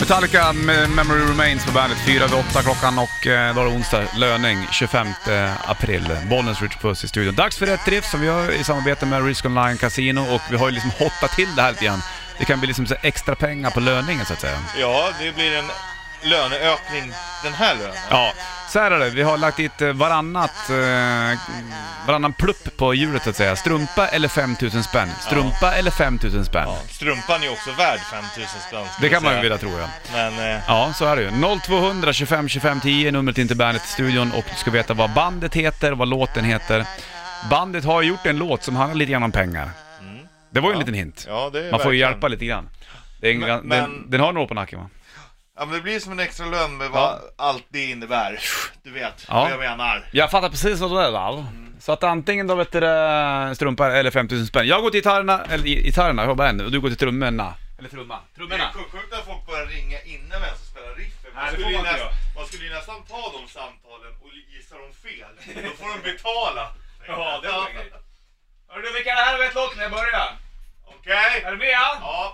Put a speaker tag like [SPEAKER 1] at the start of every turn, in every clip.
[SPEAKER 1] Metallica med Memory Remains på bandet 4-8 klockan och då är det onsdag, löning 25 april. Bollnäs Rich Puss i studion. Dags för Rätt Drift som vi gör i samarbete med Risk Online Casino och vi har ju liksom hottat till det här lite grann. Det kan bli liksom så extra pengar på löningen så att säga.
[SPEAKER 2] Ja, det blir en löneökning den här lönen.
[SPEAKER 1] Ja, så här är det. Vi har lagt dit varannan plupp på hjulet så att säga. Strumpa eller 5000 spänn. Strumpa eller 5000 spänn.
[SPEAKER 2] Ja, strumpan är också värd 5000 spänn.
[SPEAKER 1] Det kan man ju vilja tro, ja.
[SPEAKER 2] Men,
[SPEAKER 1] ja, så är det ju. 0200 25 25 10 numret in till Bandet-studion och du ska veta vad bandet heter, vad låten heter. Bandet har gjort en låt som handlar lite grann om pengar. Det var ju en liten hint.
[SPEAKER 2] Ja, det är
[SPEAKER 1] man får ju
[SPEAKER 2] verkligen
[SPEAKER 1] hjälpa lite grann. Det är den har något på nacken, va?
[SPEAKER 2] Ja, men det blir som en extra lön med vad allt det innebär. Du vet vad jag menar.
[SPEAKER 1] Jag fattar precis vad det är, va? Så att antingen då vet du strumpar eller 5000 spänn. Jag går till gitarrerna, jag jobbar en, och du går till trummorna. Eller trummorna.
[SPEAKER 2] Det är sjukt att folk börjar ringa innan vem som spelar riffen. Man skulle ju nästan ta de samtalen och gissa dem fel. Då får de betala.
[SPEAKER 1] Ja, det var en grej. Hörru, vilka är det här vet låt när jag börjar?
[SPEAKER 2] Okej.
[SPEAKER 1] Är du med?
[SPEAKER 2] Ja.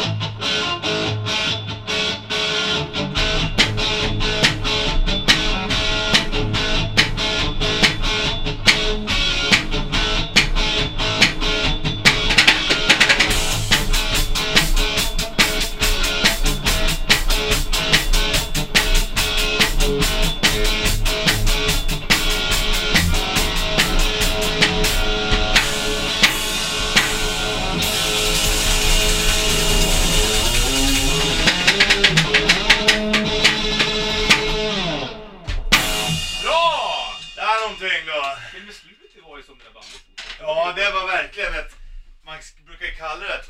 [SPEAKER 2] Ja, det var verkligen ett... Man brukar kalla det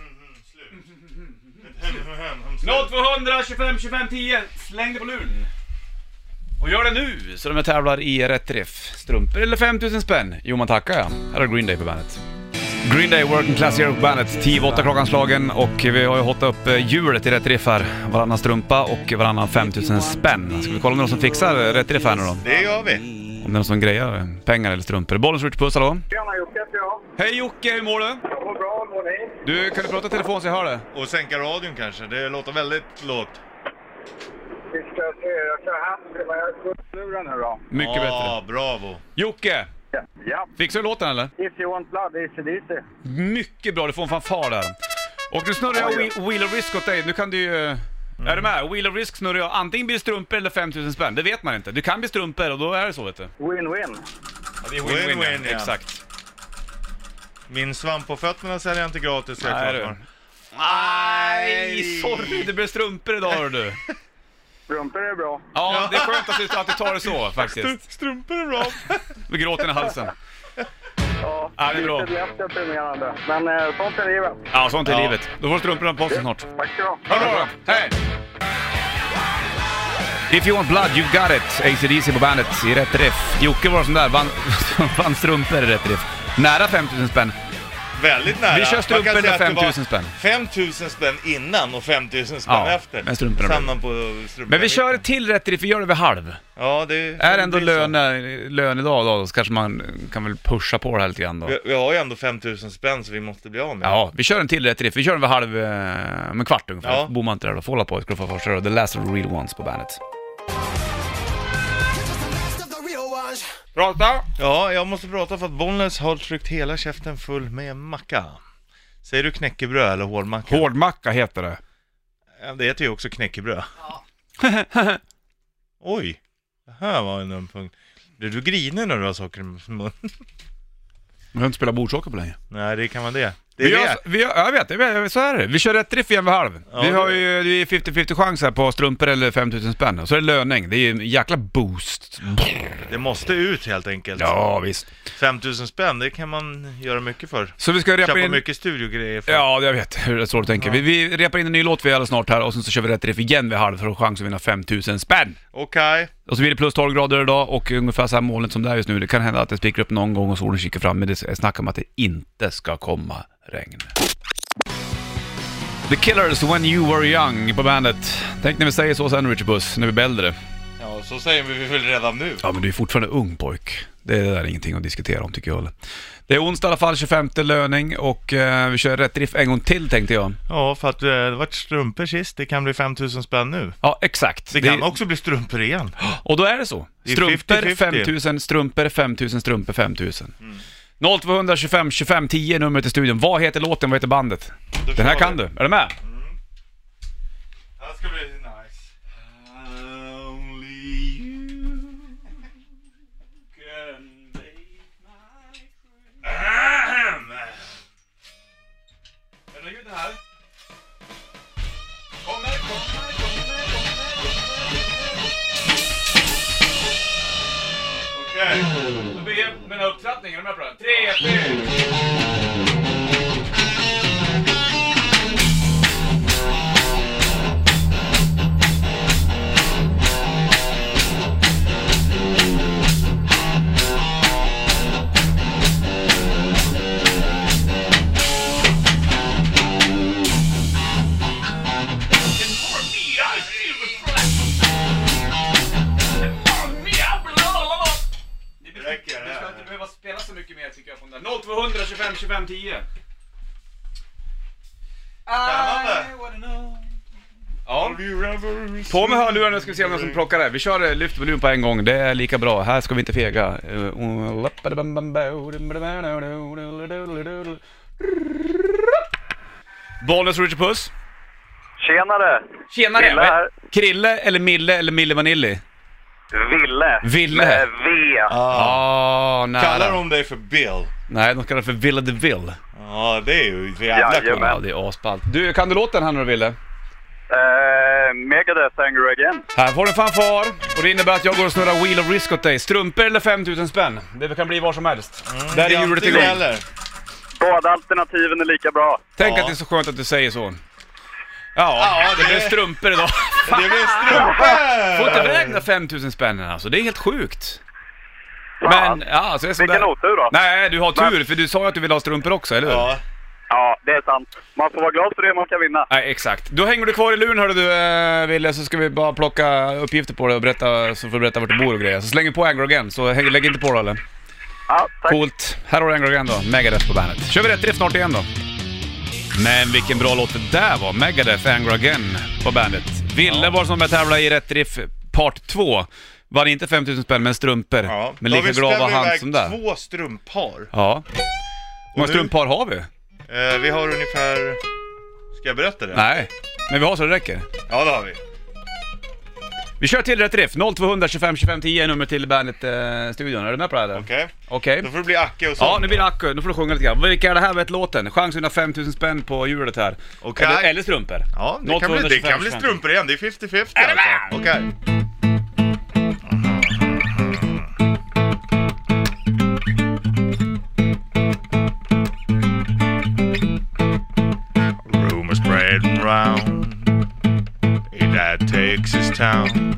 [SPEAKER 2] slut.
[SPEAKER 1] 0200 25 25 10. Släng det på luren. Och gör det nu så de tävlar i Rätt Riff. Strumpor eller 5000 spänn? Jo, man tackar, ja. Här är Green Day på bandet. Green Day, Working Class Hero på bandet. 10-8 klockan slagen och vi har ju hotat upp hjulet i Rätt Riff här. Varannan strumpa och varannan 5000 spänn. Ska vi kolla om det är någon som fixar Rätt Riff här nu då?
[SPEAKER 2] Det gör vi.
[SPEAKER 1] Om det är någon som grejer pengar eller strumpor. Bollens Rich Puss, hallå?
[SPEAKER 3] Tjena Jocke, ja.
[SPEAKER 1] Hej Jocke, hur mår du?
[SPEAKER 3] Jag mår bra, mår ni?
[SPEAKER 1] Du, kan du prata i telefon så jag hör det?
[SPEAKER 2] Och sänka radion kanske, det låter väldigt lågt.
[SPEAKER 3] Vi ska se, jag kör hem till mig. Jag går luren nu då.
[SPEAKER 1] Mycket bättre.
[SPEAKER 2] Ja, bravo.
[SPEAKER 1] Jocke,
[SPEAKER 3] Ja.
[SPEAKER 1] fixar du låten eller?
[SPEAKER 3] If you want blood, AC/DC.
[SPEAKER 1] Mycket bra, du får en fanfar där. Och nu snurrar jag Wheel of Risk åt dig. Nu kan du ju... Är du med? Wheel of Risk snurrar jag. Antingen blir det strumpor eller 5000 spänn. Det vet man inte. Du kan bli strumpor och då är det så, vet du.
[SPEAKER 3] Win-win.
[SPEAKER 1] Ja, det är
[SPEAKER 2] Win-win, ja.
[SPEAKER 1] Exakt.
[SPEAKER 2] Min svamp på fötterna säljer jag inte gratis.
[SPEAKER 1] Nej, du. Nej, sorry. Det blir strumpor idag, hör du.
[SPEAKER 3] Strumpor är bra.
[SPEAKER 1] Ja, det är skönt att du tar det så, faktiskt.
[SPEAKER 2] Strumpor är bra.
[SPEAKER 1] Med gråten i halsen.
[SPEAKER 3] Ja,
[SPEAKER 1] Ja, det är bra.
[SPEAKER 3] lite lätt deprimerande. Men sånt är livet.
[SPEAKER 1] Ja, sånt är livet. Då får strumporna på sig snart.
[SPEAKER 3] Tack ska du ha.
[SPEAKER 1] Ha det bra. Hej! If you want blood, you got it. AC/DC på bandet i Rätt Riff. Jocke var sån där, vann strumpor i Rätt Riff. Nära 5000 spänn.
[SPEAKER 2] Väldigt nära.
[SPEAKER 1] Vi kör strumpor eller 5000 spänn.
[SPEAKER 2] 5000 spänn innan och 5000 spänn efter.
[SPEAKER 1] Men strumporna
[SPEAKER 2] Samman på strumporna.
[SPEAKER 1] Men vi kör till Rätt Riff, vi gör det vid halv.
[SPEAKER 2] Ja, det
[SPEAKER 1] Är det ändå lön idag då, så kanske man kan väl pusha på det här lite grann då.
[SPEAKER 2] Vi har ju ändå 5000 spänn så vi måste bli av med.
[SPEAKER 1] Ja, vi kör en till Rätt Riff. Vi kör den vid halv, med kvart ungefär.
[SPEAKER 2] Ja.
[SPEAKER 1] Bor man inte där då, får hålla på. Ska du få första då. The Last of the Real Ones på bandet. Prata!
[SPEAKER 2] Ja, jag måste prata för att Bollnäs har tryckt hela käften full med macka. Säger du knäckebröd eller hårdmacka?
[SPEAKER 1] Hårdmacka heter det.
[SPEAKER 2] Ja, det heter ju också knäckebröd. Oj, det här var en punkt. Blir du grinig när du har socker i mun?
[SPEAKER 1] Jag har inte spelat bordshockey på länge.
[SPEAKER 2] Nej, det kan vara det.
[SPEAKER 1] Jag vet, så är det. Vi kör Rätt Riff igen vid halv.
[SPEAKER 2] Ja,
[SPEAKER 1] vi har ju 50-50 chans här på strumpor eller 5000 spänn. Och så är det löning. Det är ju en jäkla boost.
[SPEAKER 2] Det måste ut helt enkelt.
[SPEAKER 1] Ja, visst.
[SPEAKER 2] 5000 spänn, det kan man göra mycket för.
[SPEAKER 1] Så vi ska repa
[SPEAKER 2] Köpa
[SPEAKER 1] in...
[SPEAKER 2] mycket studiogrejer för.
[SPEAKER 1] Ja, jag vet hur det är så du tänker.
[SPEAKER 2] Ja.
[SPEAKER 1] Vi repar in en ny låt vi alldeles snart här. Och sen så kör vi Rätt Riff igen vid halv för att ha chans att vinna 5000 spänn.
[SPEAKER 2] Okej.
[SPEAKER 1] Och så blir det plus 12 grader idag och ungefär så här molnet som det är just nu. Det kan hända att det spricker upp någon gång och solen kikar fram. Men det är snack om att det inte ska komma regn. The Killers, When You Were Young på bandet. Tänk när vi säger så sen, Richard Puss, när vi blir äldre.
[SPEAKER 2] Ja, så säger vi väl redan nu.
[SPEAKER 1] Ja, men du är fortfarande ung pojk. Det är ingenting att diskutera om, tycker jag. Det är onsdag i alla fall, 25 löning, och vi kör rätt riff en gång till, tänkte jag.
[SPEAKER 2] Ja, för att det varit strumpor sist. Det kan bli 5000 spänn nu.
[SPEAKER 1] Ja, exakt.
[SPEAKER 2] Det kan också bli strumpor igen.
[SPEAKER 1] Och då är det så.
[SPEAKER 2] Det är
[SPEAKER 1] Strumpor
[SPEAKER 2] 50-50.
[SPEAKER 1] 5000, strumpor 5000, strumpor 5000. 0200 25 25 10 numret till studion. Vad heter låten, vad heter bandet?
[SPEAKER 2] Då
[SPEAKER 1] Den här
[SPEAKER 2] kör
[SPEAKER 1] kan
[SPEAKER 2] vi.
[SPEAKER 1] du. Är du med?
[SPEAKER 2] Det här ska bli nice. Only you can make my dream.
[SPEAKER 1] Är det ljud det här? Kommer.
[SPEAKER 2] Okej.
[SPEAKER 1] Då blir det med den här upptrappningen. Är du med på det? 3, 2.
[SPEAKER 2] Räcker det
[SPEAKER 1] Du ska
[SPEAKER 2] här?
[SPEAKER 1] inte behöva spela så mycket mer, tycker jag, på den där. 0200 25 25 10.
[SPEAKER 2] Spännande.
[SPEAKER 1] Ja. På med hörlurarna, nu ska vi se om någon som plockar det. Vi kör lyft volym på en gång, det är lika bra. Här ska vi inte fega. Bollnäs Richard Puss.
[SPEAKER 3] Tjenare!
[SPEAKER 1] Tjenare!
[SPEAKER 3] Krille här.
[SPEAKER 1] Krille eller Mille eller Mille Vanilli?
[SPEAKER 3] Ville.
[SPEAKER 1] Ville.
[SPEAKER 3] Med V.
[SPEAKER 1] Ah, nära.
[SPEAKER 2] Kallar de dig för Bill?
[SPEAKER 1] Nej, de kallar det för Ville de Ville.
[SPEAKER 2] Ja, det är ju jävla
[SPEAKER 3] Jajamän.
[SPEAKER 2] coolt.
[SPEAKER 1] Ja, det är asballt. Du, kan du låten här när du ville?
[SPEAKER 3] Megadeth Anger Again.
[SPEAKER 1] Här får du en fanfar, och det innebär att jag går och snurrar Wheel of Risk åt dig. Strumpor eller 5000 spänn? Det kan bli var som helst. Där är hjulet igång.
[SPEAKER 3] Båda alternativen är lika bra.
[SPEAKER 1] Tänk
[SPEAKER 2] Ja.
[SPEAKER 1] att det är så skönt att du säger så. Ja, det blir strumpor idag.
[SPEAKER 2] Det blir strumpor!
[SPEAKER 1] Får inte iväg de 5000 spännen alltså, det är helt sjukt.
[SPEAKER 3] Fan.
[SPEAKER 1] Men, ja, alltså det är
[SPEAKER 3] Vilken otur då.
[SPEAKER 1] Nej, du har tur, för du sa ju att du vill ha strumpor också, eller hur?
[SPEAKER 2] Ja.
[SPEAKER 3] Ja, det är sant. Man får vara glad för det man kan vinna.
[SPEAKER 1] Nej, exakt. Då hänger du kvar i luren, hörde du, Wille, så ska vi bara plocka uppgifter på dig och berätta, så får du berätta vart du bor och grejer. Så slänger på Anger Again, så lägg inte på då, eller?
[SPEAKER 3] Ja, tack.
[SPEAKER 1] Coolt. Här har du Anger Again då, Megadeth på bandet. Kör vi rätt drift snart igen då. Men vilken bra låt det där var, Megadeth Anger Again på bandet. Ville var som med tävla i rätt drift part 2. Var inte 5000 spänn, men strumpor.
[SPEAKER 2] Ja.
[SPEAKER 1] Men
[SPEAKER 2] Då har
[SPEAKER 1] lika
[SPEAKER 2] vi
[SPEAKER 1] glad var
[SPEAKER 2] ställt
[SPEAKER 1] han
[SPEAKER 2] iväg
[SPEAKER 1] som där.
[SPEAKER 2] 2 strumppar.
[SPEAKER 1] Ja. Hur många
[SPEAKER 2] nu-
[SPEAKER 1] strumpar har vi?
[SPEAKER 2] Vi har ungefär... Ska jag berätta det?
[SPEAKER 1] Nej, men vi har så det räcker.
[SPEAKER 2] Ja, det har vi.
[SPEAKER 1] Vi kör till rätt riff. 0200 25 25 10 är nummer till bandet-studion. Är du med på det här?
[SPEAKER 2] Okej.
[SPEAKER 1] Okej.
[SPEAKER 2] Då får det bli Acke och sång.
[SPEAKER 1] Ja, nu blir det Acke. Nu får du sjunga lite grann. Vilka är det här vet låten? Chans att vinna 5000 spänn på hjulet här.
[SPEAKER 2] Okej.
[SPEAKER 1] Eller strumpor.
[SPEAKER 2] Ja, det kan, bli, det kan bli strumpor igen. Det är 50-50 alltså. Okej. Rumors spreading round in that Texas town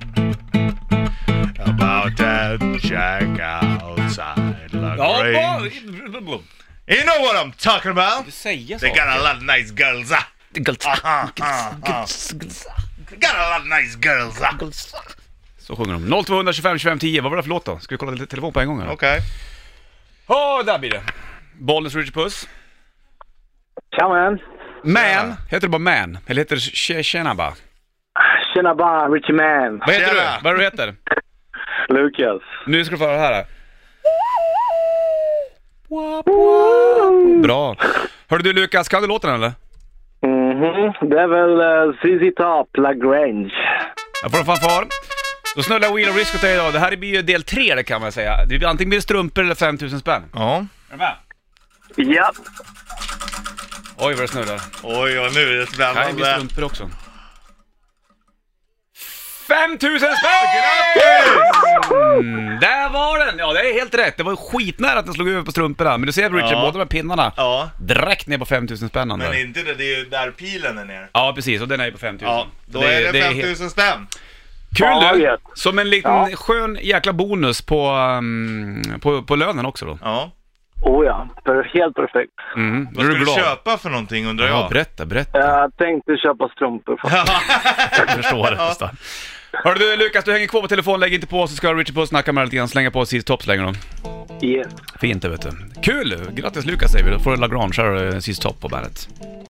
[SPEAKER 2] about that jack outside LaGrange. You know what I'm talking about?
[SPEAKER 1] Du säger
[SPEAKER 2] They got a
[SPEAKER 1] saker.
[SPEAKER 2] lot of nice girls. Got a lot of nice girls.
[SPEAKER 1] Så sjunger de. 0200 25 25 10. Vad var det för låt då? Ska vi kolla lite telefon på en gång eller?
[SPEAKER 2] Okej.
[SPEAKER 1] Där blir det. Bollnäs Richard Puss.
[SPEAKER 3] Tja man.
[SPEAKER 1] Man. Heter det bara Man? Eller heter det Tjena bara?
[SPEAKER 3] Tjena bara, Richie Man.
[SPEAKER 1] Vad heter
[SPEAKER 2] Tjena.
[SPEAKER 1] du? Vad är du heter?
[SPEAKER 3] Lukas.
[SPEAKER 1] Nu ska du få höra det här. Bra. Hörru du Lukas, kan du låten eller?
[SPEAKER 3] Det är väl ZZ Top, LaGrange.
[SPEAKER 1] Jag får en fanfar. Då snurrar jag Wheel of Risk åt dig idag. Det här blir ju del 3, det kan man säga. Det blir antingen blir det strumpor eller 5000 spänn.
[SPEAKER 2] Ja.
[SPEAKER 1] Är du med?
[SPEAKER 3] Ja.
[SPEAKER 1] Oj vad det snurrar.
[SPEAKER 2] Oj, nu är det
[SPEAKER 1] Nej, det blir
[SPEAKER 2] spännande.
[SPEAKER 1] strumpor också. 5000 spänn! Där var den! Ja, det är helt rätt. Det var skitnära att den slog över på strumporna. Men du ser Richard,
[SPEAKER 2] Ja.
[SPEAKER 1] båda de pinnarna
[SPEAKER 2] Ja,
[SPEAKER 1] direkt ner på 5000 spänn.
[SPEAKER 2] men inte det. Det är ju där pilen är ner.
[SPEAKER 1] Ja, precis. Och den är ju på 5000.
[SPEAKER 2] Ja, då är det 5000 spänn.
[SPEAKER 1] Kul
[SPEAKER 3] Ja,
[SPEAKER 1] du!
[SPEAKER 3] vet.
[SPEAKER 1] Som en liten skön jäkla bonus på lönen också då.
[SPEAKER 2] Ja.
[SPEAKER 3] Oh ja, helt perfekt.
[SPEAKER 1] Mm.
[SPEAKER 2] Vad
[SPEAKER 1] Är
[SPEAKER 2] ska
[SPEAKER 1] du
[SPEAKER 2] du
[SPEAKER 1] glad?
[SPEAKER 2] köpa för någonting undrar
[SPEAKER 1] Ja,
[SPEAKER 2] jag?
[SPEAKER 1] berätta.
[SPEAKER 3] Jag tänkte köpa strumpor.
[SPEAKER 1] Jag förstår det nästan. Hörru du Lukas, du hänger kvar på telefon, lägg inte på så ska Richard på snacka med lite grann, slänga på Sist Top så länge då.
[SPEAKER 3] Yes.
[SPEAKER 1] Fint det vet du. Kul! Grattis Lukas säger vi, då får du Lagrange här Sist Top på bandet.